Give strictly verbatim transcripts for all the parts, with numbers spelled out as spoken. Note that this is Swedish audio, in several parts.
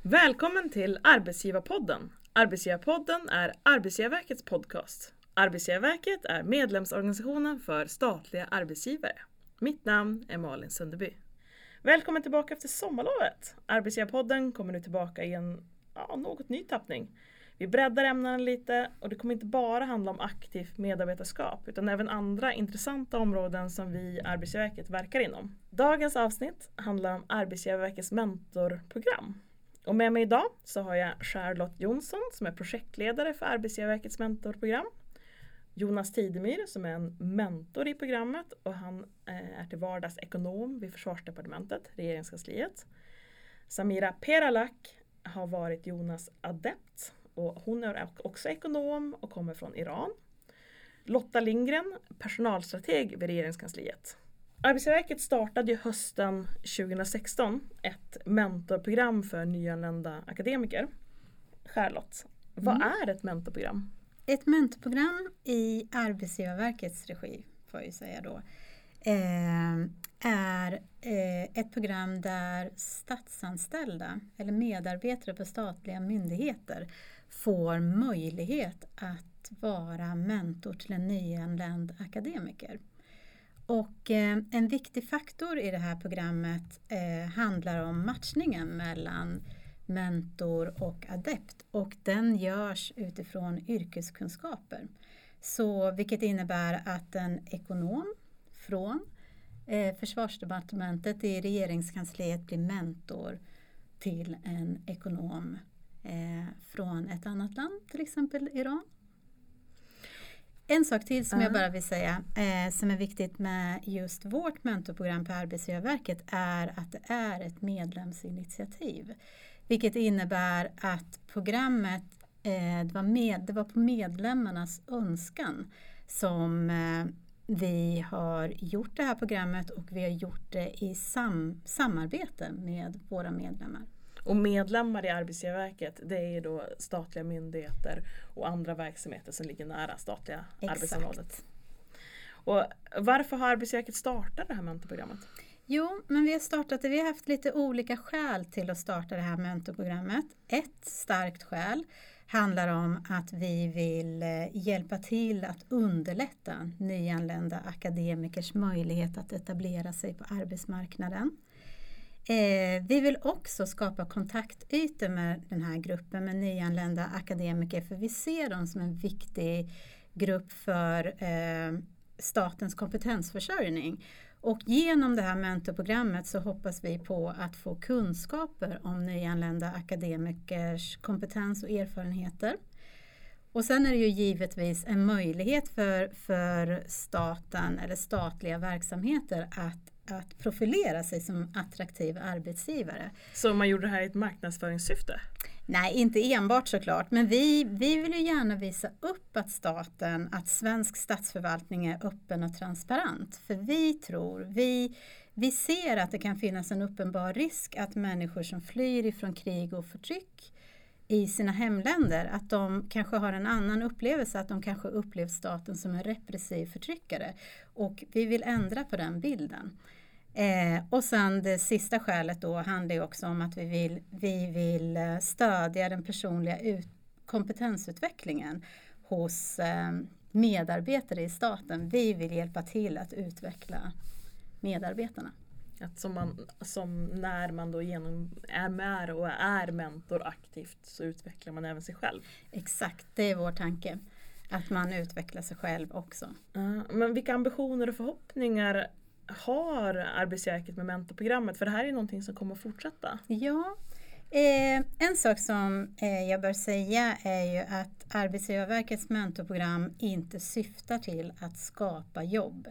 Välkommen till Arbetsgivarpodden. Arbetsgivarpodden är Arbetsgivarverkets podcast. Arbetsgivarverket är medlemsorganisationen för statliga arbetsgivare. Mitt namn är Malin Sunderby. Välkommen tillbaka efter sommarlovet. Arbetsgivarpodden kommer nu tillbaka i en ja, något ny tappning. Vi breddar ämnena lite och det kommer inte bara handla om aktivt medarbetarskap utan även andra intressanta områden som vi i Arbetsgivarverket verkar inom. Dagens avsnitt handlar om Arbetsgivarverkets mentorprogram. Och med mig idag så har jag Charlotte Jonsson som är projektledare för Arbetsgivarverkets mentorprogram. Jonas Tidemyr som är en mentor i programmet och han är till vardags ekonom vid Försvarsdepartementet, regeringskansliet. Samira Peralak har varit Jonas adept och hon är också ekonom och kommer från Iran. Lotta Lindgren, personalstrateg vid regeringskansliet. Arbetsgivarverket startade ju hösten tjugohundrasexton ett mentorprogram för nyanlända akademiker. Charlotte, vad mm. är ett mentorprogram? Ett mentorprogram i Arbetsgivarverkets regi, får jag säga då, eh, är eh, ett program där statsanställda eller medarbetare på statliga myndigheter får möjlighet att vara mentor till en nyanländ akademiker. Och eh, en viktig faktor i det här programmet eh, handlar om matchningen mellan mentor och adept och den görs utifrån yrkeskunskaper. Så vilket innebär att en ekonom från eh, Försvarsdepartementet i regeringskansliet blir mentor till en ekonom eh, från ett annat land, till exempel Iran. En sak till som uh-huh. jag bara vill säga eh, som är viktigt med just vårt mentorprogram på Arbetsgivarverket är att det är ett medlemsinitiativ. Vilket innebär att programmet eh, det, var med, det var på medlemmarnas önskan som eh, vi har gjort det här programmet och vi har gjort det i sam, samarbete med våra medlemmar. Och medlemmar i Arbetsgivarverket, det är då statliga myndigheter och andra verksamheter som ligger nära statliga Exakt. arbetsområdet. Och varför har Arbetsgivarverket startat det här mentorprogrammet? Jo, men vi har startat det. Vi har haft lite olika skäl till att starta det här mentorprogrammet. Ett starkt skäl handlar om att vi vill hjälpa till att underlätta nyanlända akademikers möjlighet att etablera sig på arbetsmarknaden. Eh, vi vill också skapa kontaktytor med den här gruppen med nyanlända akademiker för vi ser dem som en viktig grupp för eh, statens kompetensförsörjning. Och genom det här mentorprogrammet så hoppas vi på att få kunskaper om nyanlända akademikers kompetens och erfarenheter. Och sen är det ju givetvis en möjlighet för, för staten eller statliga verksamheter att att profilera sig som attraktiv arbetsgivare. Så man gjorde det här i ett marknadsföringssyfte? Nej, inte enbart såklart. Men vi, vi vill ju gärna visa upp att staten, att svensk statsförvaltning är öppen och transparent. För vi tror, vi, vi ser att det kan finnas en uppenbar risk att människor som flyr ifrån krig och förtryck i sina hemländer, att de kanske har en annan upplevelse, att de kanske upplever staten som en repressiv förtryckare. Och vi vill ändra på den bilden. Eh, och sen det sista skälet då handlar ju också om att vi vill, vi vill stödja den personliga ut, kompetensutvecklingen hos eh, medarbetare i staten. Vi vill hjälpa till att utveckla medarbetarna. Att som, man, som när man då genom, är med och är mentor aktivt så utvecklar man även sig själv. Exakt, det är vår tanke. Att man utvecklar sig själv också. Uh, men vilka ambitioner och förhoppningar har Arbetsgivarverket med mentorprogrammet? För det här är någonting som kommer att fortsätta. Ja, eh, en sak som eh, jag bör säga är ju att Arbetsgivarverkets mentorprogram inte syftar till att skapa jobb.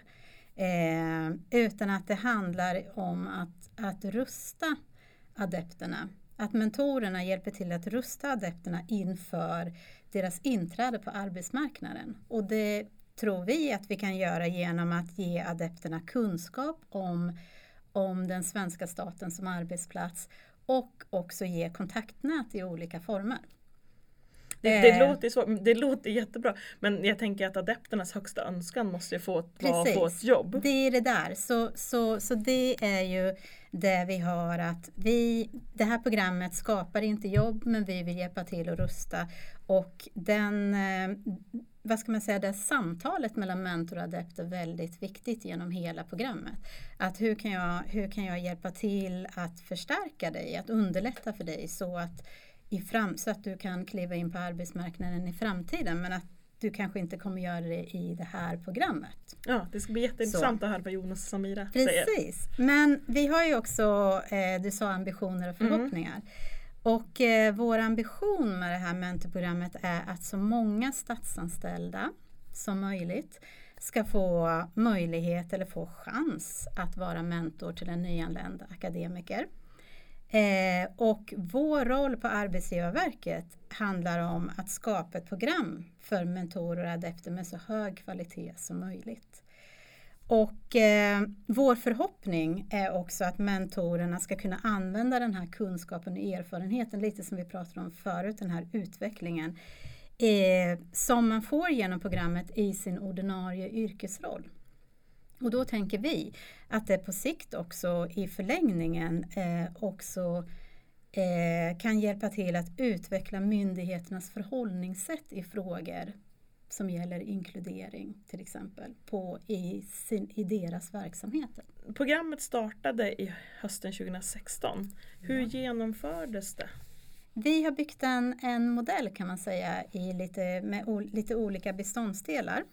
Eh, utan att det handlar om att, att rusta adepterna. Att mentorerna hjälper till att rusta adepterna inför deras inträde på arbetsmarknaden. Och det tror vi att vi kan göra genom att ge adepterna kunskap om, om den svenska staten som arbetsplats och också ge kontaktnät i olika former. Det, det, låter så, det låter jättebra, men jag tänker att adepternas högsta önskan måste ju få ett, vara, få ett jobb. Det är det där. Så, så, så det är ju det vi har att vi, det här programmet skapar inte jobb, men vi vill hjälpa till att rusta. Och den, vad ska man säga, det samtalet mellan mentor och adept är väldigt viktigt genom hela programmet. Att hur kan jag, hur kan jag hjälpa till att förstärka dig, att underlätta för dig så att I fram, så att du kan kliva in på arbetsmarknaden i framtiden, men att du kanske inte kommer göra det i det här programmet. Ja, det ska bli jätteintressant så. Att höra vad Jonas och Samira Precis. säger. Precis, men vi har ju också, eh, du sa ambitioner och förhoppningar. Mm. Och eh, vår ambition med det här mentorprogrammet är att så många statsanställda som möjligt ska få möjlighet eller få chans att vara mentor till en nyanländ akademiker. Eh, och vår roll på Arbetsgivarverket handlar om att skapa ett program för mentorer och adepter med så hög kvalitet som möjligt. Och eh, vår förhoppning är också att mentorerna ska kunna använda den här kunskapen och erfarenheten, lite som vi pratade om förut, den här utvecklingen, eh, som man får genom programmet i sin ordinarie yrkesroll. Och då tänker vi att det på sikt också i förlängningen eh, också eh, kan hjälpa till att utveckla myndigheternas förhållningssätt i frågor som gäller inkludering till exempel på, i, sin, i deras verksamheter. Programmet startade i hösten tjugohundrasexton. Hur ja. genomfördes det? Vi har byggt en, en modell kan man säga i lite, med o, lite olika beståndsdelar.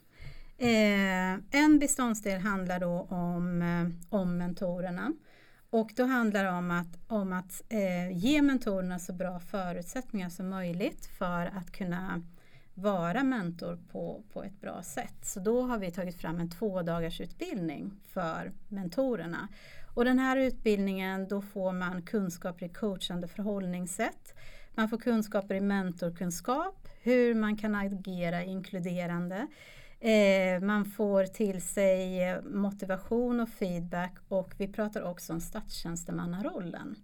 Eh, en beståndsdel handlar då om, eh, om mentorerna. Och då handlar det om att, om att eh, ge mentorerna så bra förutsättningar som möjligt för att kunna vara mentor på, på ett bra sätt. Så då har vi tagit fram en två dagars utbildning för mentorerna. Och den här utbildningen, då får man kunskaper i coachande förhållningssätt. Man får kunskaper i mentorkunskap, hur man kan agera inkluderande. Eh, man får till sig motivation och feedback, och vi pratar också om statstjänstemannarollen.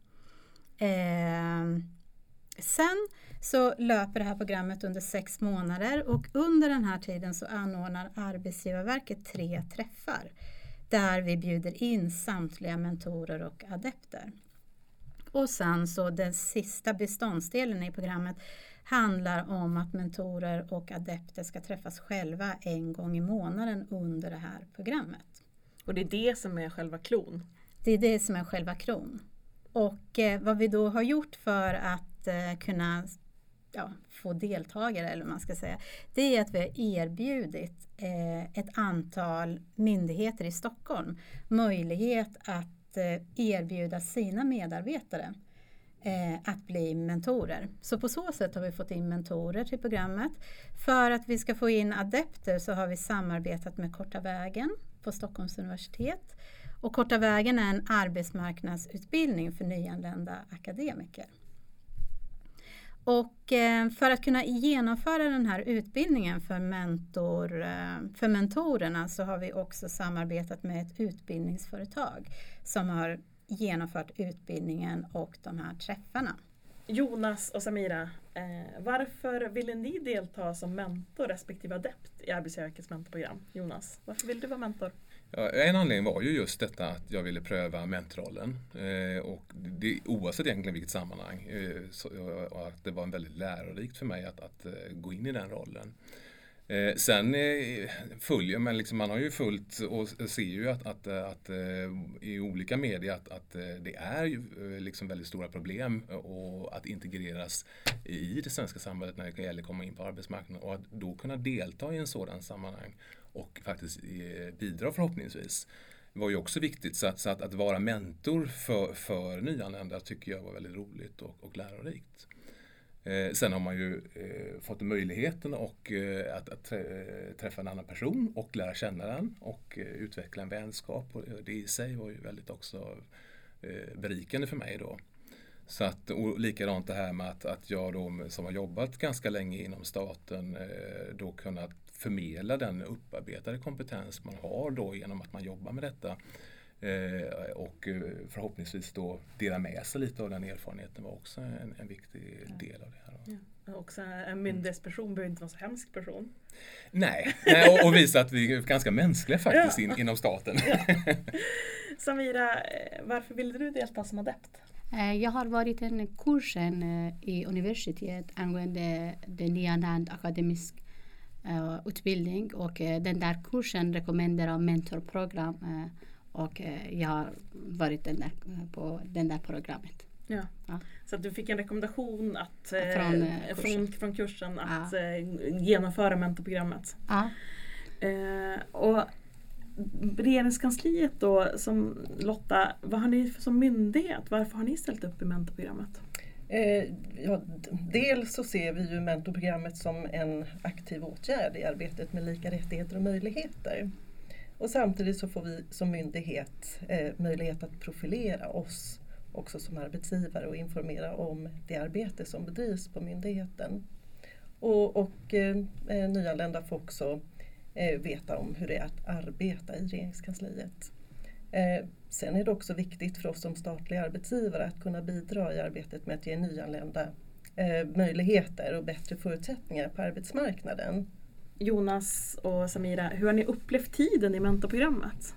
Eh, sen så löper det här programmet under sex månader, och under den här tiden så anordnar Arbetsgivarverket tre träffar där vi bjuder in samtliga mentorer och adepter. Och sen så den sista beståndsdelen i programmet handlar om att mentorer och adepter ska träffas själva en gång i månaden under det här programmet. Och det är det som är själva klon? Det är det som är själva klon. Och eh, vad vi då har gjort för att eh, kunna ja, få deltagare, eller man ska säga, det är att vi har erbjudit eh, ett antal myndigheter i Stockholm möjlighet att eh, erbjuda sina medarbetare eh, att bli mentorer. Så på så sätt har vi fått in mentorer till programmet. För att vi ska få in adepter så har vi samarbetat med Korta vägen på Stockholms universitet. Och Korta vägen är en arbetsmarknadsutbildning för nyanlända akademiker. Och eh, för att kunna genomföra den här utbildningen för, mentor, eh, för mentorerna så har vi också samarbetat med ett utbildningsföretag som har genomfört utbildningen och de här träffarna. Jonas och Samira, eh, varför ville ni delta som mentor respektive adept i Arbetsgivarverkets mentorprogram? Jonas, varför vill du vara mentor? Ja, en anledning var ju just detta att jag ville pröva mentorrollen eh, och det, oavsett egentligen vilket sammanhang eh, så, och att det var en väldigt lärorikt för mig att, att, att gå in i den rollen. Eh, sen eh, följer man, liksom, man har ju följt och ser ju att, att, att, att i olika medier att, att det är ju liksom väldigt stora problem och att integreras i det svenska samhället när det gäller att komma in på arbetsmarknaden, och att då kunna delta i en sådan sammanhang och faktiskt bidra förhoppningsvis var ju också viktigt. Så att, så att, att vara mentor för, för nyanlända tycker jag var väldigt roligt och, och lärorikt. Eh, sen har man ju eh, fått möjligheten och, eh, att, att träffa en annan person och lära känna den och eh, utveckla en vänskap. Och det i sig var ju väldigt också eh, berikande för mig då. Så att, och likadant det här med att, att jag då, som har jobbat ganska länge inom staten eh, då kunnat förmedla den upparbetade kompetens man har då genom att man jobbar med detta Eh, och förhoppningsvis då dela med sig lite av den erfarenheten var också en, en viktig del av det här. Ja. Också en myndighetsperson behöver inte vara så hemsk person. Nej, Nej och, och visa att vi är ganska mänskliga faktiskt in, inom staten. Ja. Samira, varför ville du delta som adept? Jag har varit en kursen i universitet angående den nyanländ akademisk uh, utbildning och den där kursen rekommenderar mentorprogram uh, och uh, jag har varit den där, uh, på den där programmet. Ja. Ja. Så att du fick en rekommendation att, från, eh, kursen. Från, från kursen att ja. eh, genomföra mentorprogrammet. Ja. Eh, och regeringskansliet då, som Lotta, vad har ni som myndighet? Varför har ni ställt upp i mentorprogrammet? Eh, ja, dels så ser vi ju mentorprogrammet som en aktiv åtgärd i arbetet med lika rättigheter och möjligheter. Och samtidigt så får vi som myndighet eh, möjlighet att profilera oss också som arbetsgivare och informera om det arbete som bedrivs på myndigheten. Och, och eh, nyanlända får också eh, veta om hur det är att arbeta i regeringskansliet. Eh, sen är det också viktigt för oss som statliga arbetsgivare att kunna bidra i arbetet med att ge nyanlända eh, möjligheter och bättre förutsättningar på arbetsmarknaden. Jonas och Samira, hur har ni upplevt tiden i mentorprogrammet?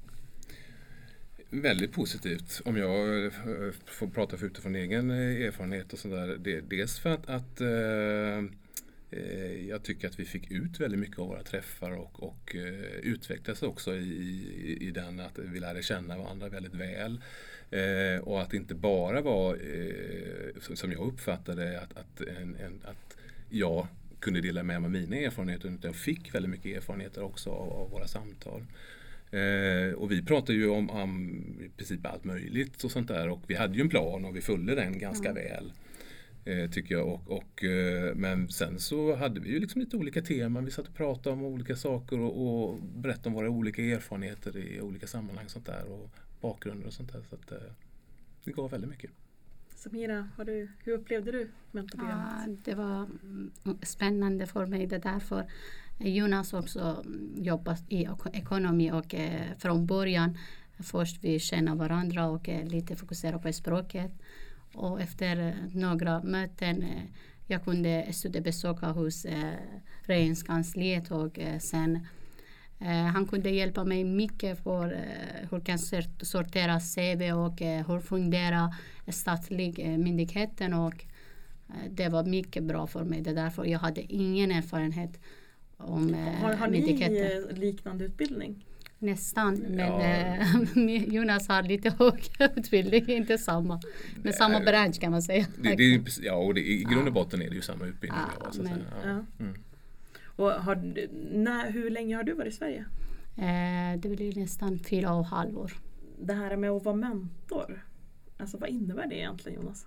Väldigt positivt, om jag får prata för utifrån egen erfarenhet och sådär. Dels för att, att eh, jag tycker att vi fick ut väldigt mycket av våra träffar och, och eh, utvecklades också i, i, i den att vi lärde känna varandra väldigt väl. Eh, och att det inte bara var, eh, som jag uppfattade, att, att, en, en, att jag kunde dela med mig av mina erfarenheter, utan jag fick väldigt mycket erfarenheter också av, av våra samtal. Eh, och vi pratade ju om, om i princip allt möjligt och sånt där, och vi hade ju en plan och vi följde den ganska mm. väl eh, tycker jag och, och, eh, men sen så hade vi ju liksom lite olika teman, vi satt och pratade om olika saker och, och berättade om våra olika erfarenheter i olika sammanhang och sånt där och bakgrunder och sånt där, så att eh, det gav väldigt mycket. Samira, har du, hur upplevde du mentorprogrammet? Ja, det var spännande för mig, det därför Jonas också jobbat i ekonomi och eh, från början först vi känner varandra och eh, lite fokusera på språket, och efter några möten eh, jag kunde studiebesöka hos eh, regeringskansliet och eh, sen eh, han kunde hjälpa mig mycket för eh, hur kan sortera C V och eh, hur fungerar statlig eh, myndigheten, och eh, det var mycket bra för mig, det därför jag hade ingen erfarenhet om har, har ni liknande utbildning? Nästan, men ja. Jonas har lite högre utbildning, inte samma. Men samma bransch kan man säga. Det, det, ja, och det, i grund och botten är det ju samma utbildning. Ja, ja, så men, ja. Ja. Mm. Och har, när, hur länge har du varit i Sverige? Eh, det blir nästan fyra och halv år. Det här med att vara mentor, alltså vad innebär det egentligen, Jonas?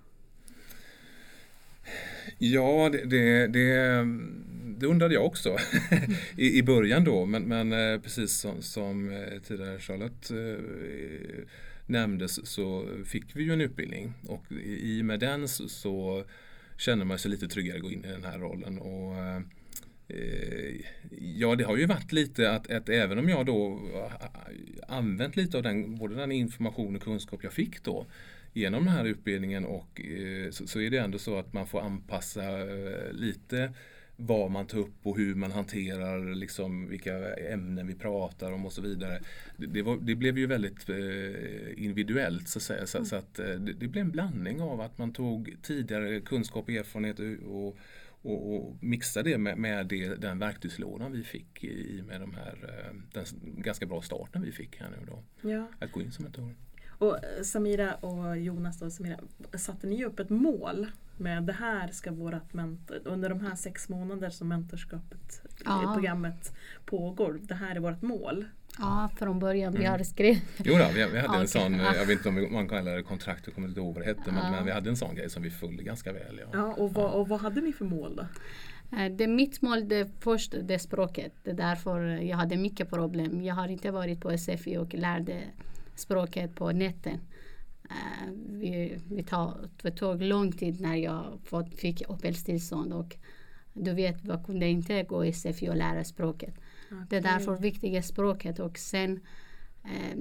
Ja, det, det, det, det undrade jag också I, i början då, men, men precis som, som tidigare Charlotte eh, nämndes så fick vi ju en utbildning, och i, i med den så, så känner man sig lite tryggare att gå in i den här rollen. Och eh, ja, det har ju varit lite att, att även om jag då använt lite av den, både den information och kunskap jag fick då genom den här utbildningen, och eh, så, så är det ändå så att man får anpassa eh, lite vad man tar upp och hur man hanterar liksom vilka ämnen vi pratar om och så vidare. Det, det, var, det blev ju väldigt eh, individuellt så att säga, så, mm. så att eh, det, det blev en blandning av att man tog tidigare kunskap och erfarenhet och, och, och mixade det med, med det, den verktygslådan vi fick i med de här, den ganska bra starten vi fick här nu då. Ja. Att gå in som mentor. Och Samira och Jonas då, Samira, satte ni upp ett mål med det här ska vårat mentor, under de här sex månader som mentorskapet ja. i programmet pågår, det här är vårt mål? Ja, från början mm. vi har skrivit. Jo då, vi, vi hade okay. en sån, jag vet inte om man kallar det kontrakt, jag kommer inte ihåg vad det hette, ja. men, men vi hade en sån grej som vi följde ganska väl. Ja, ja, och, vad, och vad hade ni för mål då? Det mitt mål det först det språket, det är därför jag hade mycket problem. Jag har inte varit på S F I och lärde språket på näten. Uh, vi, vi tog, det tog lång tid när jag fått, fick uppehållstillstånd, och du vet, jag kunde inte gå i S F I och lära språket. Okay. Det är därför viktiga språket, och sen uh,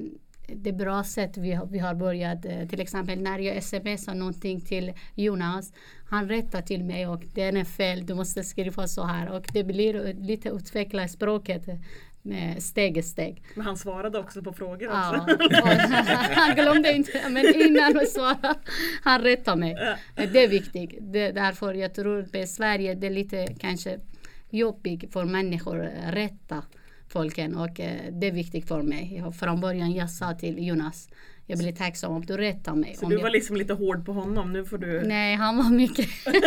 det är bra sätt vi har, vi har börjat. Till exempel när jag smsar någonting till Jonas, han rättar till mig och det är fel, du måste skriva så här. Och det blir lite utveckla språket med steg i steg. Men han svarade också på frågor ja, också. Han glömde inte, men innan han svarade, han rättade mig. Ja. Det är viktigt. Det, därför jag tror att i Sverige det är lite kanske jobbigt för människor att rätta folken och eh, det är viktigt för mig. Jag, från början jag sa till Jonas, jag blir tacksam om du rättar mig. Så om du jag... var liksom lite hård på honom, nu får du... Nej, han var mycket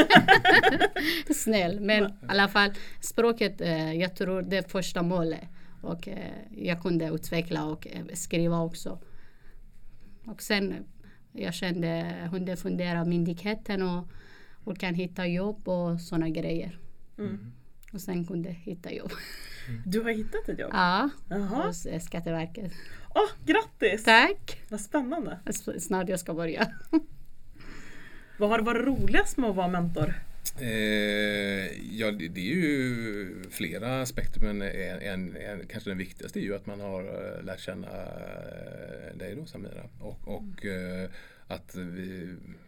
snäll. Men i alla fall, språket, eh, jag tror det är första målet. Och eh, jag kunde utveckla och eh, skriva också. Och sen jag kände, kunde fundera myndigheten och, och kan hitta jobb och sådana grejer. Mm. Och sen kunde hitta jobb. Du har hittat ett jobb? Ja, Jaha. hos eh, Skatteverket. Åh, oh, grattis! Tack! Vad spännande. Snart jag ska börja. Vad har varit roligast med att vara mentor? Eh, ja, det, det är ju flera aspekter, men en, en, en, kanske den viktigaste är ju att man har uh, lärt känna uh, dig då, Samira. Och, och uh, att vi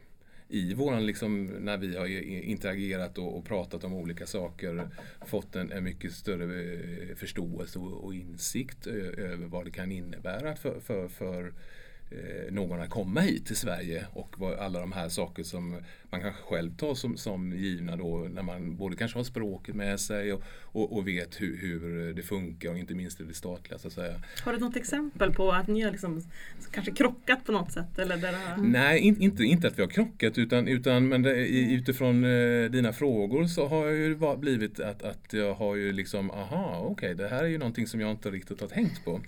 i våran, liksom, när vi har interagerat och, och pratat om olika saker, fått en, en mycket större förståelse och, och insikt ö, över vad det kan innebära för, för, för eh, någon att komma hit till Sverige och vad, alla de här saker som man kanske själv tar som, som givna då, när man både kanske har språket med sig och, och, och vet hur, hur det funkar och inte minst i det statliga, så att säga. Har du något exempel på att ni har liksom kanske krockat på något sätt? Eller där det... Nej, in, inte, inte att vi har krockat, utan, utan men det, utifrån eh, dina frågor så har jag ju blivit att, att jag har ju liksom, aha, okej, okay, det här är ju någonting som jag inte riktigt har tänkt på.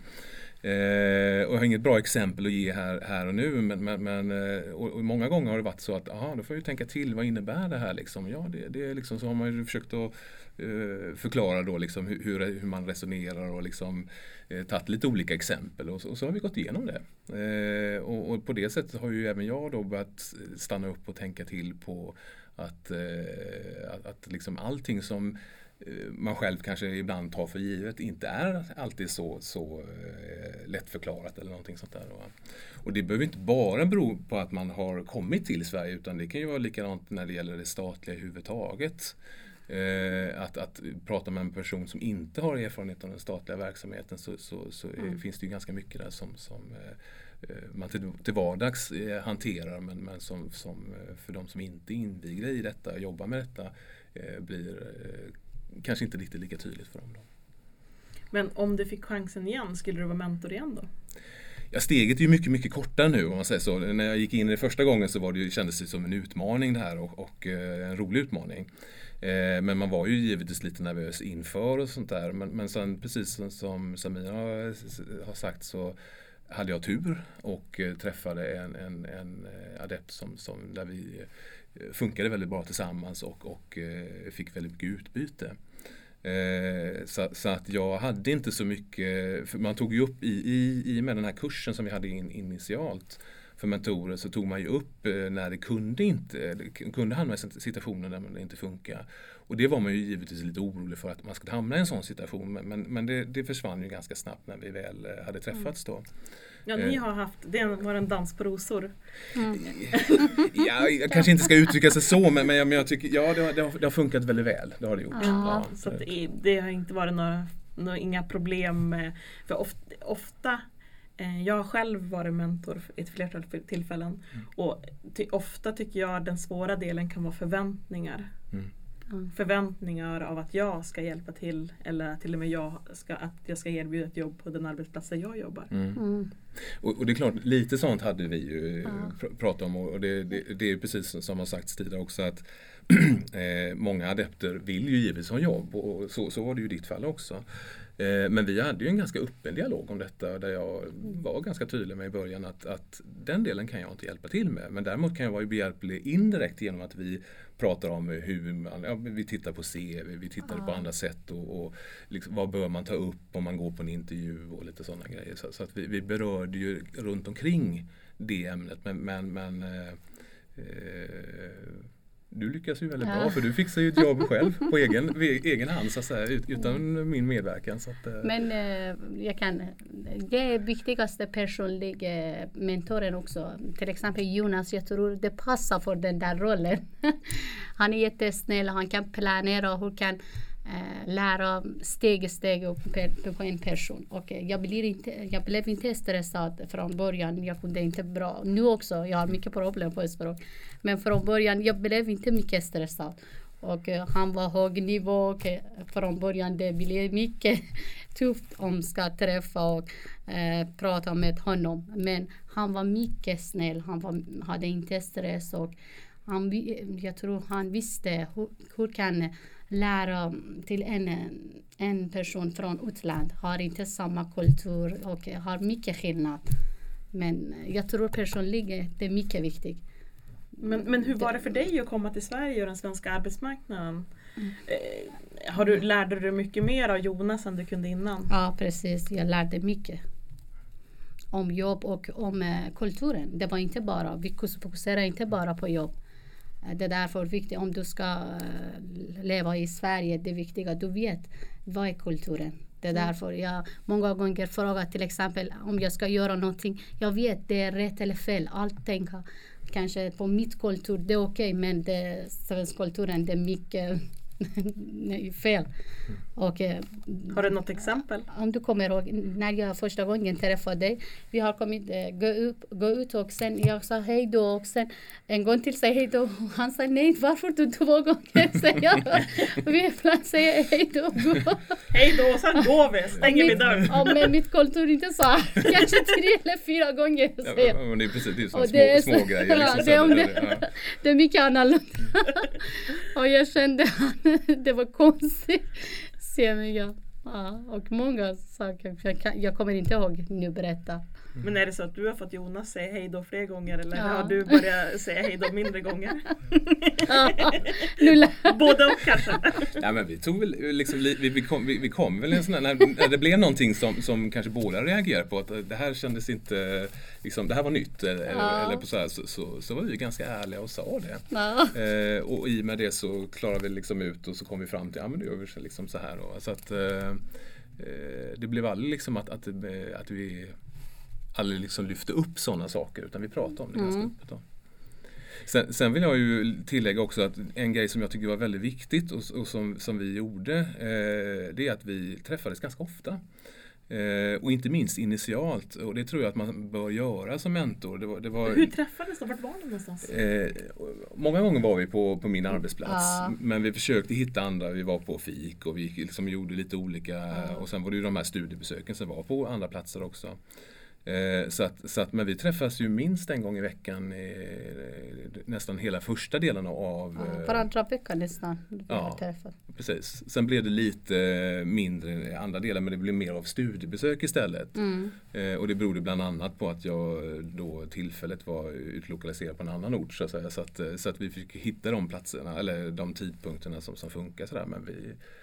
Eh, och jag har inget bra exempel att ge här, här och nu, men, men, men och, och många gånger har det varit så att aha, då får jag ju tänka till, vad innebär det här liksom? Ja, det, det är liksom, så har man ju försökt att eh, förklara då liksom hur, hur man resonerar och liksom eh, tagit lite olika exempel och så, och så har vi gått igenom det. Eh, och, och på det sättet har ju även jag då börjat stanna upp och tänka till på att, eh, att, att liksom allting som man själv kanske ibland tar för givet inte är alltid så, så eh, lättförklarat eller någonting sånt där. Och det behöver inte bara bero på att man har kommit till Sverige, utan det kan ju vara likadant när det gäller det statliga överhuvudtaget. Eh, att, att prata med en person som inte har erfarenhet av den statliga verksamheten, så, så, så mm. finns det ju ganska mycket där som, som eh, man till, till vardags eh, hanterar, men, men som, som för de som inte är invigda i detta och jobbar med detta eh, blir eh, kanske inte riktigt lika tydligt för dem då. Men om du fick chansen igen, skulle du vara mentor igen då? Ja, steget är ju mycket, mycket kortare nu om man säger så. När jag gick in i det första gången så var det ju, kändes det som en utmaning det här och, och en rolig utmaning. Eh, men man var ju givetvis lite nervös inför och sånt där. Men, men sen precis som Samira har sagt så hade jag tur och träffade en, en, en adept som, som där vi funkade väldigt bra tillsammans och, och fick väldigt mycket utbyte. Eh, så, så att jag hade inte så mycket, för man tog ju upp i, i, i med den här kursen som vi hade in, initialt för mentorer, så tog man ju upp eh, när det kunde inte kunde hamna i situationer där det inte funkar. Och det var man ju givetvis lite orolig för att man skulle hamna i en sån situation, men, men, men det, det försvann ju ganska snabbt när vi väl hade träffats då. Ja, ni har haft, det var en dans på rosor. Mm. Ja, jag kanske inte ska uttrycka sig så, men, men, jag, men jag tycker, ja, det har, det, har, det har funkat väldigt väl. Det har det gjort. Ja, ja, så att det, det har inte varit några, några, inga problem med, för ofta, ofta eh, jag har själv varit mentor i ett flertal tillfällen mm. och ty, ofta tycker jag den svåra delen kan vara förväntningar. Mm. Mm. Förväntningar av att jag ska hjälpa till eller till och med jag ska, att jag ska erbjuda ett jobb på den arbetsplats där jag jobbar. Mm. Mm. Och, och det är klart, lite sånt hade vi ju ja. pr- pratat om och det, det, det är precis som har sagts tidigare också att eh, många adepter vill ju givetvis ha jobb och så, så var det ju i ditt fall också. Eh, men vi hade ju en ganska öppen dialog om detta där jag var ganska tydlig med i början att, att den delen kan jag inte hjälpa till med, men däremot kan jag vara behjälplig indirekt genom att vi pratar om hur man, ja, vi tittar på C V, vi tittar ja. på andra sätt och, och liksom, vad bör man ta upp om man går på en intervju och lite sådana grejer. Så, så att vi, vi berörde ju runt omkring det ämnet, men, men, men eh, du lyckas ju väldigt Ja. bra för du fixar ju ett jobb själv på egen, egen hand så att säga, utan min medverkan. Så att, eh. Men eh, jag kan, det är viktigaste personliga mentoren också. Till exempel Jonas, jag tror det passar för den där rollen. Han är jättesnäll, han kan planera och han kan eh, lära steg i steg på, på en person. Och eh, jag, blir inte, jag blev inte stressad från början, jag kunde inte bra. Nu också, jag har mycket problem på språk. Men från början, jag blev inte mycket stressad. Och uh, han var hög nivå och uh, från början det blev mycket tufft om ska träffa och uh, prata med honom. Men han var mycket snäll, han var, hade inte stress och han, jag tror han visste hur, hur kan lära till en, en person från utland. Har inte samma kultur och har mycket skillnad. Men jag tror personligen det är mycket viktigt. Men, men hur var det för dig att komma till Sverige och den svenska arbetsmarknaden? Mm. Eh, har du, lärde du dig mycket mer av Jonas än du kunde innan? Ja, precis. Jag lärde mycket om jobb och om eh, kulturen. Det var inte bara, vi fokuserar inte bara på jobb. Det är därför viktigt om du ska eh, leva i Sverige, det är viktigt att du vet vad är kulturen. Det är därför jag många gånger frågar till exempel om jag ska göra någonting. Jag vet det är rätt eller fel. Allt tänka. Kanske på mitt kultur det är okej, men det svensk kulturen det är mycket nej, fel. Och, har du något exempel? Om du kommer ihåg när jag första gången träffade dig, vi har kommit gå, upp, gå ut och sen jag sa hej då och sen en gång till säga hej då. Han sa nej, varför du två gånger säger vi ibland säger hej då. Hej då och sen går vi, stänger mitt, vi dörren. Ja, men mitt kultur inte så kanske tre eller fyra gånger. Ja, men det är precis, det är, små, det är små grejer. Liksom, ja, det, är det, det, ja. det är mycket annorlunda. Och jag kände det var konstigt. Ser jag. Ja, och många saker. Jag, kan, jag kommer inte ihåg nu berätta. Mm. Men är det så att du har fått Jonas säga hej då fler gånger eller ja. har du börjat säga hej då mindre gånger? Ja, nu både och kanske. Ja, men vi tog väl liksom, vi, vi, kom, vi, vi kom väl en sån här, när, när det blev någonting som, som kanske båda reagerade på att det här kändes inte liksom, det här var nytt eller, ja. eller på så, här, så, så, så var vi ganska ärliga och sa det. Ja. Eh, och i med det så klarade vi liksom ut och så kom vi fram till ja men det gör vi liksom så här då. Så att eh, det blev aldrig liksom att, att, att vi aldrig liksom lyfte upp sådana saker utan vi pratade om det mm. ganska öppet då. Sen, sen vill jag ju tillägga också att en grej som jag tycker var väldigt viktigt och, och som, som vi gjorde eh, det är att vi träffades ganska ofta. Eh, och inte minst initialt och det tror jag att man bör göra som mentor. Det var, det var, hur träffades de? Vart var de någonstans? Eh, många gånger var vi på, på min arbetsplats ja. men vi försökte hitta andra. Vi var på fik och vi liksom gjorde lite olika ja. och sen var det ju de här studiebesöken som var på andra platser också. Eh, så att, så att, men vi träffas ju minst en gång i veckan eh, nästan hela första delen av... Ja, varandra veckan nästan. Ja, precis. Sen blev det lite mindre i andra delar men det blev mer av studiebesök istället. Mm. Eh, och det berodde bland annat på att jag då tillfället var utlokaliserad på en annan ort så att säga. Så att, så att vi fick hitta de platserna eller de tidpunkterna som, som funkar sådär. Men vi...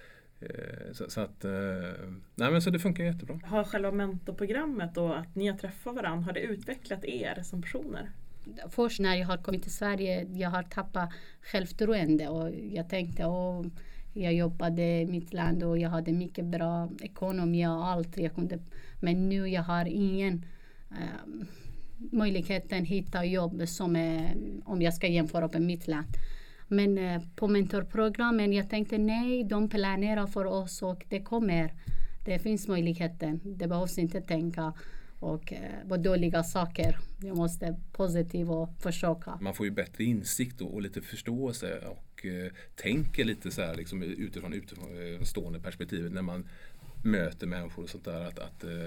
Så, så att nej men så det funkar jättebra. Har själva mentorprogrammet och att ni har träffat varandra, har det utvecklat er som personer? Först när jag har kommit till Sverige, jag har tappat självförtroende och jag tänkte åh, jag jobbade i mitt land och jag hade mycket bra ekonomi och allt jag kunde, men nu jag har ingen äh, möjligheten att hitta jobb som är, om jag ska jämföra med mitt land. Men eh, på mentorprogrammen jag tänkte nej, de planerar för oss och det kommer. Det finns möjligheten. Det behövs inte tänka och, eh, på dåliga saker. Jag måste positivt och försöka. Man får ju bättre insikt och, och lite förståelse och eh, tänker lite så här liksom, utifrån utifrån perspektivet när man möter människor och sånt där att, att eh,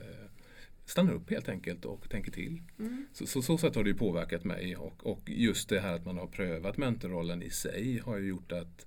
stannar upp helt enkelt och tänker till. Mm. Så, så, så sätt har det ju påverkat mig och, och just det här att man har prövat mentorrollen i sig har ju gjort att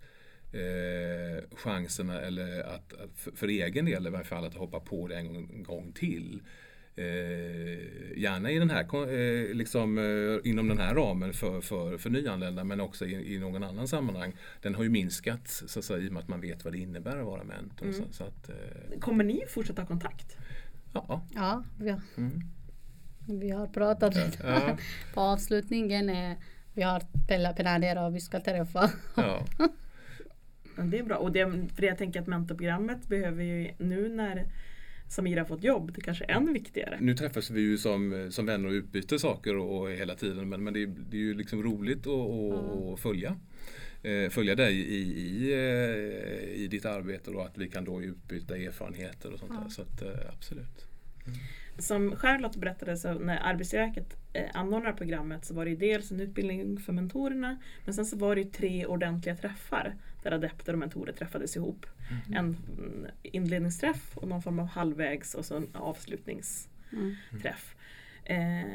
eh, chanserna eller att, att för, för egen del i varje fall att hoppa på det en gång, en gång till. Eh, gärna i den här, eh, liksom, eh, inom den här ramen för, för, för nyanlända men också i, i någon annan sammanhang. Den har ju minskat så att säga, i och med att man vet vad det innebär att vara mentor. Mm. Så, så att, eh, kommer ni fortsätta ha kontakt? Ja, ja vi, har, mm. vi har pratat lite. Ja. På avslutningen vi har planerat och vi ska träffa. Ja. Ja, det är bra. Och det, för jag tänker att mentorprogrammet behöver ju nu när Samira har fått jobb, det kanske är än viktigare. Nu träffas vi ju som, som vänner och utbyter saker och, och hela tiden, men, men det, det är ju liksom roligt att och, och följa. Eh, följa dig i, i, i ditt arbete och att vi kan då utbyta erfarenheter och sånt där. Så att, eh, absolut. Mm. Som Charlotte berättade, så när Arbetsgivarverket eh, anordnade programmet så var det ju dels en utbildning för mentorerna, men sen så var det ju tre ordentliga träffar där adepter och mentorer träffades ihop. Mm. En inledningsträff och någon form av halvvägs och så en avslutningsträff. Mm.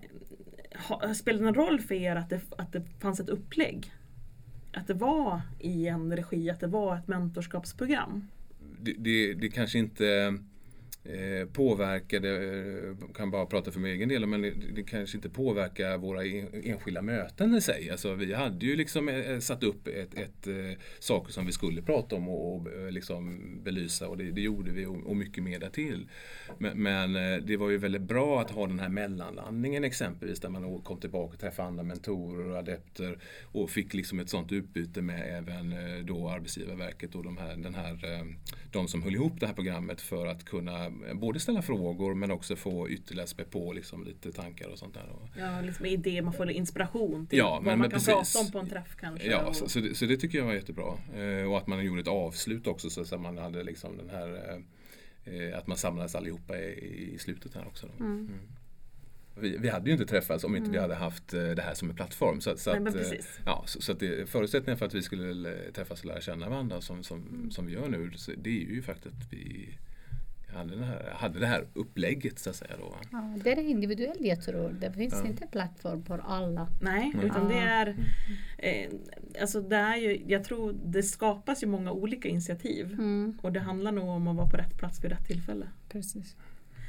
Eh, spelade det en roll för er att det, att det fanns ett upplägg? Att det var i en regi, att det var ett mentorskapsprogram? Det, det, det kanske inte eh, påverkade, kan bara prata för min egen del, men det, det kanske inte påverkar våra en, enskilda möten i sig. Alltså, vi hade ju liksom eh, satt upp ett, ett, eh, saker som vi skulle prata om och, och liksom belysa, och det, det gjorde vi och, och mycket mer därtill. Men, men eh, det var ju väldigt bra att ha den här mellanlandningen exempelvis, där man kom tillbaka och träffade andra mentorer och adepter och fick liksom ett sånt utbyte med även eh, då Arbetsgivarverket och de, här, den här, eh, de som höll ihop det här programmet, för att kunna både ställa frågor men också få ytterligare spä på liksom lite tankar och sånt där. Ja, liksom idé, man får inspiration till ja, vad men, man men kan precis. prata om på en träff kanske. Ja, och... så, så, det, så det tycker jag var jättebra. Eh, och att man gjorde ett avslut också, så att man hade liksom den här eh, att man samlades allihopa i, i slutet här också. Då. Mm. Mm. Vi, vi hade ju inte träffats om inte mm. vi hade haft det här som en plattform. Så, så, Nej, att, ja, så, så att det, förutsättningen för att vi skulle träffas och lära känna varandra som, som, mm. som vi gör nu, så det är ju faktiskt att vi hade det här, hade det här upplägget så att säga då. Ja, det är individuellt, jag tror. Det finns ja. inte plattform för alla. Nej, Nej. utan det är eh, alltså det är ju, jag tror det skapas ju många olika initiativ mm. och det handlar nog om att vara på rätt plats vid rätt tillfälle. Precis.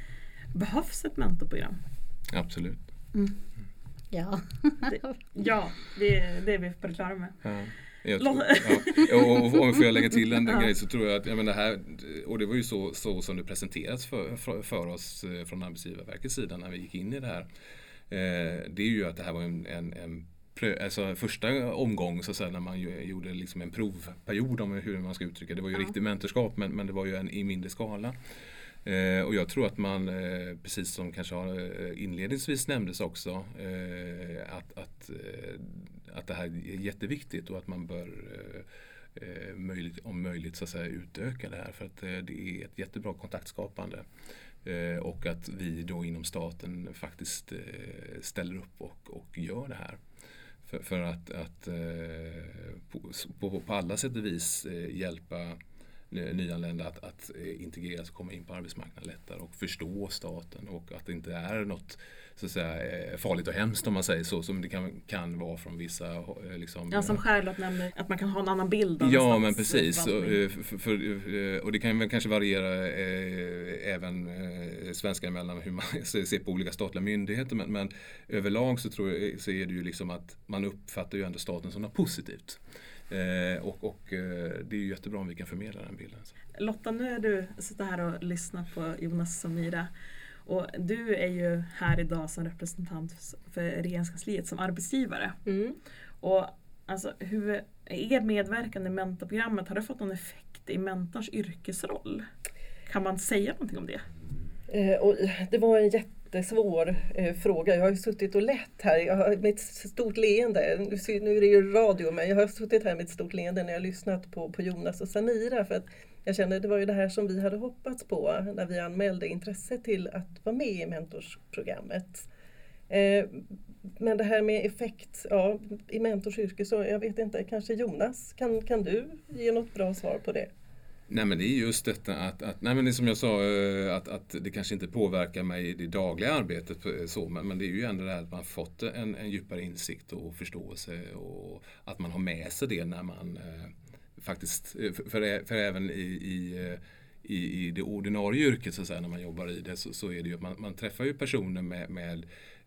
Behövs ett mentorprogram? Absolut. Mm. Ja. det, ja, det, det är vi på det klara med. Ja. Jag tror, ja. Och om jag lägga till en ja. grej, så tror jag att jag menar, det här, och det var ju så, så som det presenterats för, för, för oss från Arbetsgivarverkets sida när vi gick in i det här. Eh, det är ju att det här var en, en, en prö, alltså första omgång så att säga, när man ju, gjorde liksom en provperiod om hur man ska uttrycka. Det var ju ja. riktigt mentorskap, men, men det var ju en i mindre skala. Eh, och jag tror att man, eh, precis som kanske har inledningsvis nämndes också, eh, att, att, eh, att det här är jätteviktigt och att man bör eh, möjligt, om möjligt så att säga, utöka det här, för att eh, det är ett jättebra kontaktskapande. Eh, och att vi då inom staten faktiskt eh, ställer upp och, och gör det här. För, för att, att eh, på, på, på alla sätt och vis eh, hjälpa nyanlända att, att integreras och komma in på arbetsmarknaden lättare och förstå staten, och att det inte är något så att säga farligt och hemskt om man säger så, som det kan, kan vara från vissa liksom, ja, som Charlotte nämnde, att man kan ha en annan bild av ja men precis och, för, för, och det kan väl kanske variera eh, även eh, svenskar emellan hur man ser på olika statliga myndigheter, men, men överlag så tror jag så är det ju liksom att man uppfattar ju ändå staten som något positivt. Eh, och och eh, det är ju jättebra om vi kan förmedla den bilden. Lotta, nu är du sitter här och lyssnar på Jonas och Samira, och du är ju här idag som representant för Regeringskansliet som arbetsgivare. Mm. Och alltså, hur er medverkan i mentorprogrammet, har det fått någon effekt i mentorns yrkesroll? Kan man säga någonting om det? Eh, och det var en jättesvår eh, fråga. Jag har ju suttit och lett här jag har, med ett stort leende. Nu, nu är det ju radio, men jag har suttit här med ett stort leende när jag har lyssnat på, på Jonas och Samira. För att jag kände det var ju det här som vi hade hoppats på när vi anmälde intresse till att vara med i mentorsprogrammet. Eh, men det här med effekt ja, i mentorsyrke, så jag vet inte, kanske Jonas, kan, kan du ge något bra svar på det? Nej, men det är just detta att, att nej men det som jag sa, att, att det kanske inte påverkar mig i det dagliga arbetet så, men, men det är ju ändå det här att man fått en, en djupare insikt och förståelse, och att man har med sig det när man eh, faktiskt, för, för, för även i, i I, i det ordinarie yrket så att säga, när man jobbar i det, så, så är det ju att man, man träffar ju personer med, med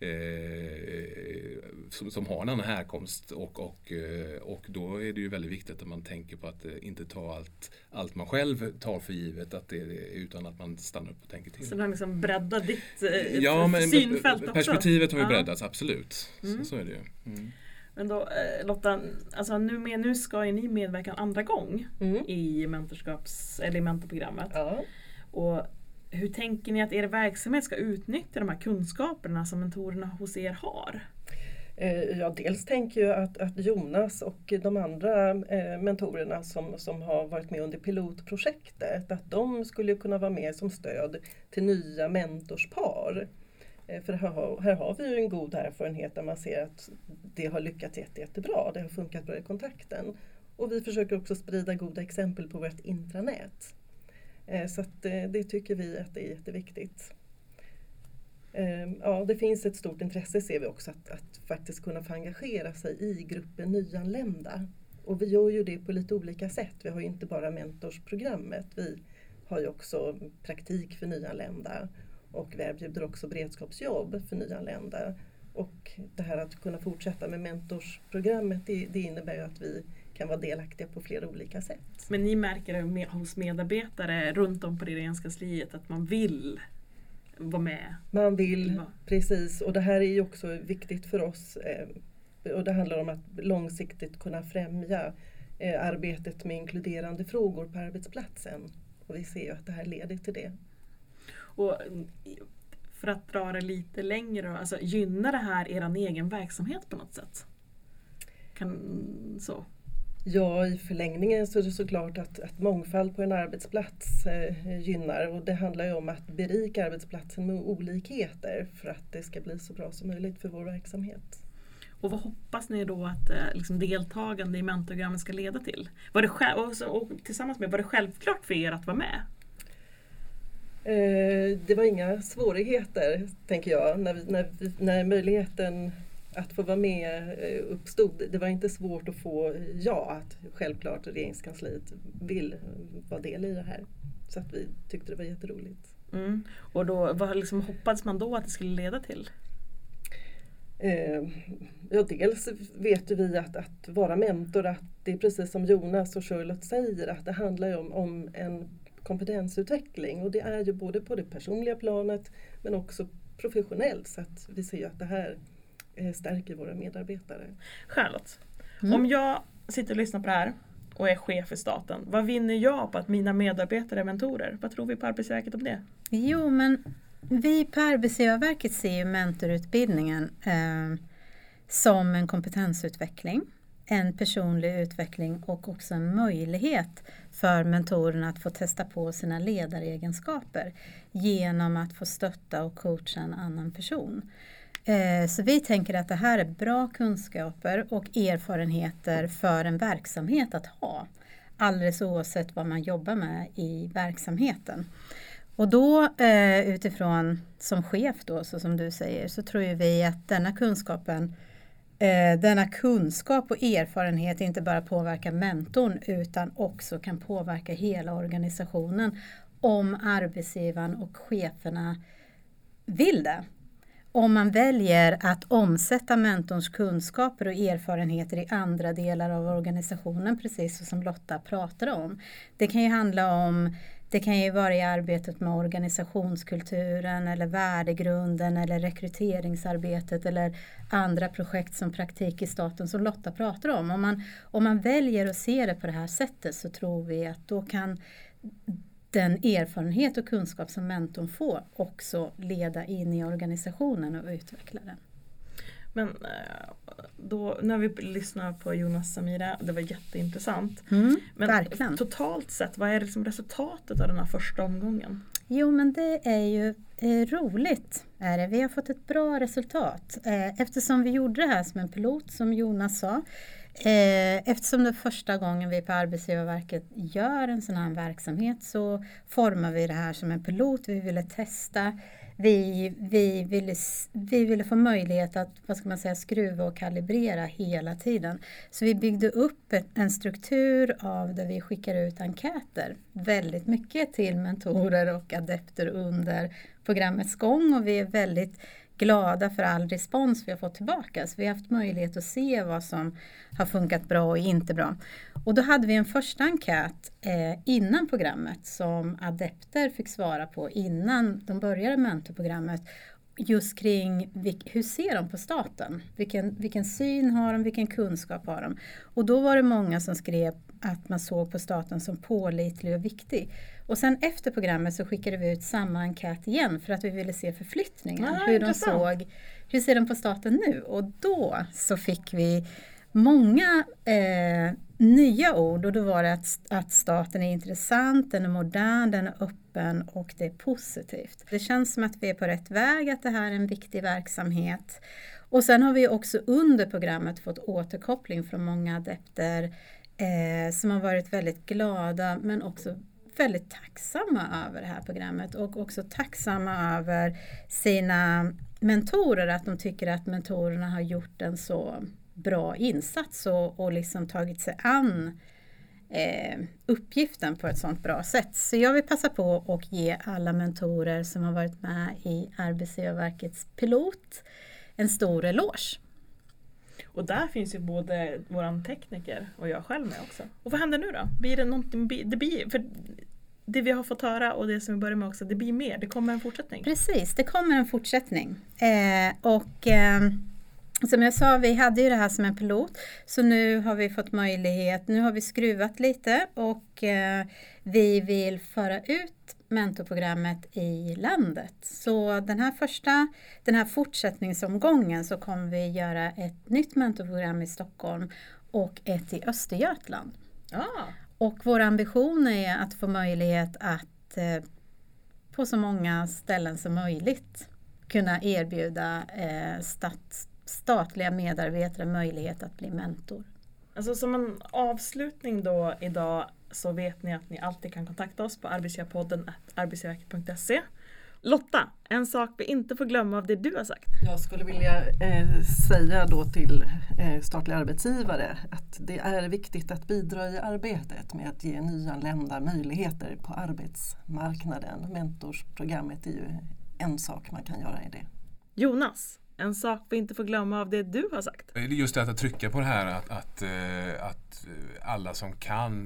eh, som, som har en annan härkomst, och, och, och då är det ju väldigt viktigt att man tänker på att inte ta allt, allt man själv tar för givet, att det, utan att man stannar upp och tänker till. Så du har liksom breddat ditt eh, ja, men synfält också? Perspektivet har ju ja. breddats, absolut. Mm. Så, så är det ju. Mm. Men då Lotta, alltså nu, med, nu ska ju ni medverka en andra gång mm. i mentorskaps eller i mentorprogrammet. Ja. Och hur tänker ni att er verksamhet ska utnyttja de här kunskaperna som mentorerna hos er har? Ja, dels tänker jag att, att Jonas och de andra eh, mentorerna som, som har varit med under pilotprojektet, att de skulle kunna vara med som stöd till nya mentorspar. Eh, för här, här har vi ju en god erfarenhet där man ser att det har lyckats jätte, jättebra, det har funkat bra i kontakten. Och vi försöker också sprida goda exempel på vårt intranät. Eh, så att, eh, det tycker vi att det är jätteviktigt. Ja, det finns ett stort intresse ser vi också att, att faktiskt kunna få engagera sig i gruppen nyanlända. Och vi gör ju det på lite olika sätt. Vi har ju inte bara mentorsprogrammet. Vi har ju också praktik för nyanlända. Och vi erbjuder också beredskapsjobb för nyanlända. Och det här att kunna fortsätta med mentorsprogrammet, det, det innebär ju att vi kan vara delaktiga på flera olika sätt. Men ni märker det med, hos medarbetare runt om på regeringskansliet att man vill vara med. Man vill, ja. Precis. Och det här är ju också viktigt för oss. Eh, och det handlar om att långsiktigt kunna främja eh, arbetet med inkluderande frågor på arbetsplatsen. Och vi ser ju att det här leder till det. Och för att dra det lite längre, alltså, gynnar det här er egen verksamhet på något sätt? Kan, så. Ja, i förlängningen så är det såklart att, att mångfald på en arbetsplats eh, gynnar. Och det handlar ju om att berika arbetsplatsen med olikheter för att det ska bli så bra som möjligt för vår verksamhet. Och vad hoppas ni då att eh, liksom deltagande i mentorprogrammet ska leda till? Var det själv, och, så, och tillsammans med, var det självklart för er att vara med? Eh, det var inga svårigheter, tänker jag, när, vi, när, vi, när möjligheten att få vara med uppstod. Det var inte svårt att få ja, att självklart regeringskansliet vill vara del i det här. Så att vi tyckte det var jätteroligt. Mm. Och då, vad liksom hoppades man då att det skulle leda till? Eh, ja, dels vet vi att, att vara mentor, att det är precis som Jonas och Charlotte säger, att det handlar ju om, om en kompetensutveckling. Och det är ju både på det personliga planet men också professionellt, så att vi ser att det här stärker våra medarbetare. Charlotte, mm. om jag sitter och lyssnar på det här och är chef för staten, vad vinner jag på att mina medarbetare är mentorer? Vad tror vi på Arbetsgivarverket om det? Jo, men vi på Arbetsgivarverket ser ju mentorutbildningen eh, som en kompetensutveckling, en personlig utveckling och också en möjlighet för mentorerna att få testa på sina ledaregenskaper genom att få stötta och coacha en annan person. Så vi tänker att det här är bra kunskaper och erfarenheter för en verksamhet att ha. Alldeles oavsett vad man jobbar med i verksamheten. Och då utifrån som chef då, så som du säger, så tror vi att denna kunskapen, denna kunskap och erfarenhet inte bara påverkar mentorn utan också kan påverka hela organisationen om arbetsgivaren och cheferna vill det. Om man väljer att omsätta mentorns kunskaper och erfarenheter i andra delar av organisationen, precis som Lotta pratar om. Det kan ju handla om, det kan ju vara i arbetet med organisationskulturen eller värdegrunden eller rekryteringsarbetet eller andra projekt som praktik i staten som Lotta pratar om. Om man, om man väljer att se det på det här sättet så tror vi att då kan den erfarenhet och kunskap som mentorn får också leda in i organisationen och utveckla den. Men då, när vi lyssnar på Jonas och Samira, det var jätteintressant. Mm, men verkligen. Totalt sett, vad är liksom resultatet av den här första omgången? Jo, men det är ju eh, roligt. Är det. Vi har fått ett bra resultat. Eh, eftersom vi gjorde det här som en pilot, som Jonas sa. Eh, eftersom det är första gången vi på Arbetsgivarverket gör en sån här verksamhet så formar vi det här som en pilot. Vi ville testa. Vi, vi, ville, vi ville få möjlighet att, vad ska man säga, skruva och kalibrera hela tiden. Så vi byggde upp ett, en struktur av där vi skickar ut enkäter. Väldigt mycket till mentorer och adepter under programmets gång. Och vi är väldigt glada för all respons vi har fått tillbaka. Så vi har haft möjlighet att se vad som har funkat bra och inte bra. Och då hade vi en första enkät eh, innan programmet som adepter fick svara på innan de började mentorprogrammet. just kring hur ser de på staten? Vilken, vilken syn har de? Vilken kunskap har de? Och då var det många som skrev att man såg på staten som pålitlig och viktig. Och sen efter programmet så skickade vi ut samma enkät igen för att vi ville se förflyttningen. Ah, hur de såg, hur ser de på staten nu? Och då så fick vi många eh, nya ord, och då var det att, att staten är intressant, den är modern, den är öppen och det är positivt. Det känns som att vi är på rätt väg, att det här är en viktig verksamhet. Och sen har vi också under programmet fått återkoppling från många adepter eh, som har varit väldigt glada men också väldigt tacksamma över det här programmet, och också tacksamma över sina mentorer, att de tycker att mentorerna har gjort en så bra insats och, och liksom tagit sig an eh, uppgiften på ett sånt bra sätt. Så jag vill passa på och ge alla mentorer som har varit med i Arbetsgivarverkets pilot en stor eloge. Och där finns ju både våran tekniker och jag själv med också. Och vad händer nu då? Blir det någonting, det blir, för det vi har fått höra och det som vi börjar med också, det blir mer, det kommer en fortsättning. Precis, det kommer en fortsättning. Eh, och eh, som jag sa, vi hade ju det här som en pilot, så nu har vi fått möjlighet, nu har vi skruvat lite och eh, vi vill föra ut mentorprogrammet i landet. Så den här första, den här fortsättningsomgången så kommer vi göra ett nytt mentorprogram i Stockholm och ett i Östergötland. Ah. Och vår ambition är att få möjlighet att eh, på så många ställen som möjligt kunna erbjuda eh, stat, statliga medarbetare möjlighet att bli mentor. Alltså som en avslutning då idag så vet ni att ni alltid kan kontakta oss på arbetsgivarpodden at arbetsgivarverket punkt se. Lotta, en sak vi inte får glömma av det du har sagt. Jag skulle vilja eh, säga då till eh, statliga arbetsgivare att det är viktigt att bidra i arbetet med att ge nyanlända möjligheter på arbetsmarknaden. Mentorsprogrammet är ju en sak man kan göra i det. Jonas, en sak vi inte får glömma av det du har sagt. Just det att trycka på det här att, att, att alla som kan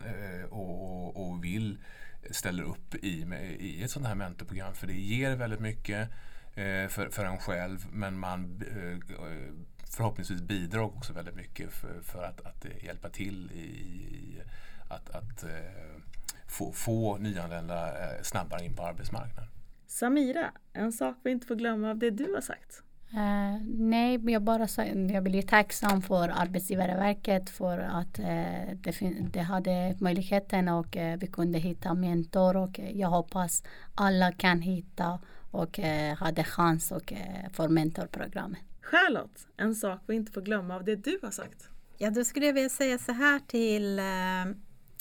och, och vill ställer upp i, i ett sånt här mentorprogram, för det ger väldigt mycket för, för en själv, men man förhoppningsvis bidrar också väldigt mycket för, för att, att hjälpa till i att, att få, få nyanlända snabbare in på arbetsmarknaden. Samira, en sak vi inte får glömma av det du har sagt. Uh, nej, jag bara jag blir tacksam för Arbetsgivarverket för att uh, det, fin- det hade möjligheten och uh, vi kunde hitta mentor, och uh, jag hoppas alla kan hitta och uh, hade chans och, uh, för mentorprogrammet. Charlotte, en sak vi inte får glömma av det du har sagt. Ja, då skulle jag vilja säga så här till uh,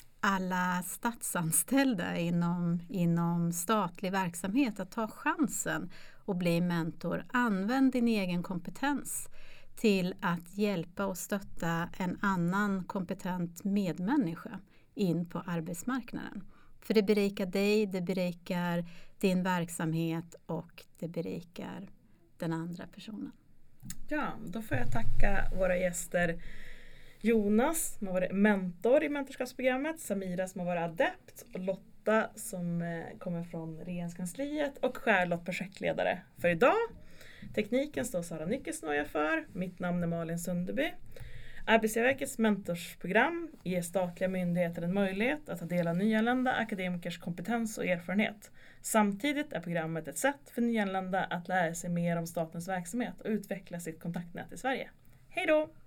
alla statsanställda inom, inom statlig verksamhet, att ta chansen och bli mentor. Använd din egen kompetens till att hjälpa och stötta en annan kompetent medmänniska in på arbetsmarknaden. För det berikar dig, det berikar din verksamhet och det berikar den andra personen. Ja, då får jag tacka våra gäster Jonas som har varit mentor i mentorskapsprogrammet, Samira som har varit adept och Lotta som kommer från regeringskansliet och Charlotte projektledare för idag. Tekniken står Sara Nyckelsnoja för. Mitt namn är Malin Sunderby. Arbetsgivarverkets mentorsprogram ger statliga myndigheter en möjlighet att ta del av nyanlända akademikers kompetens och erfarenhet. Samtidigt är programmet ett sätt för nyanlända att lära sig mer om statens verksamhet och utveckla sitt kontaktnät i Sverige. Hej då!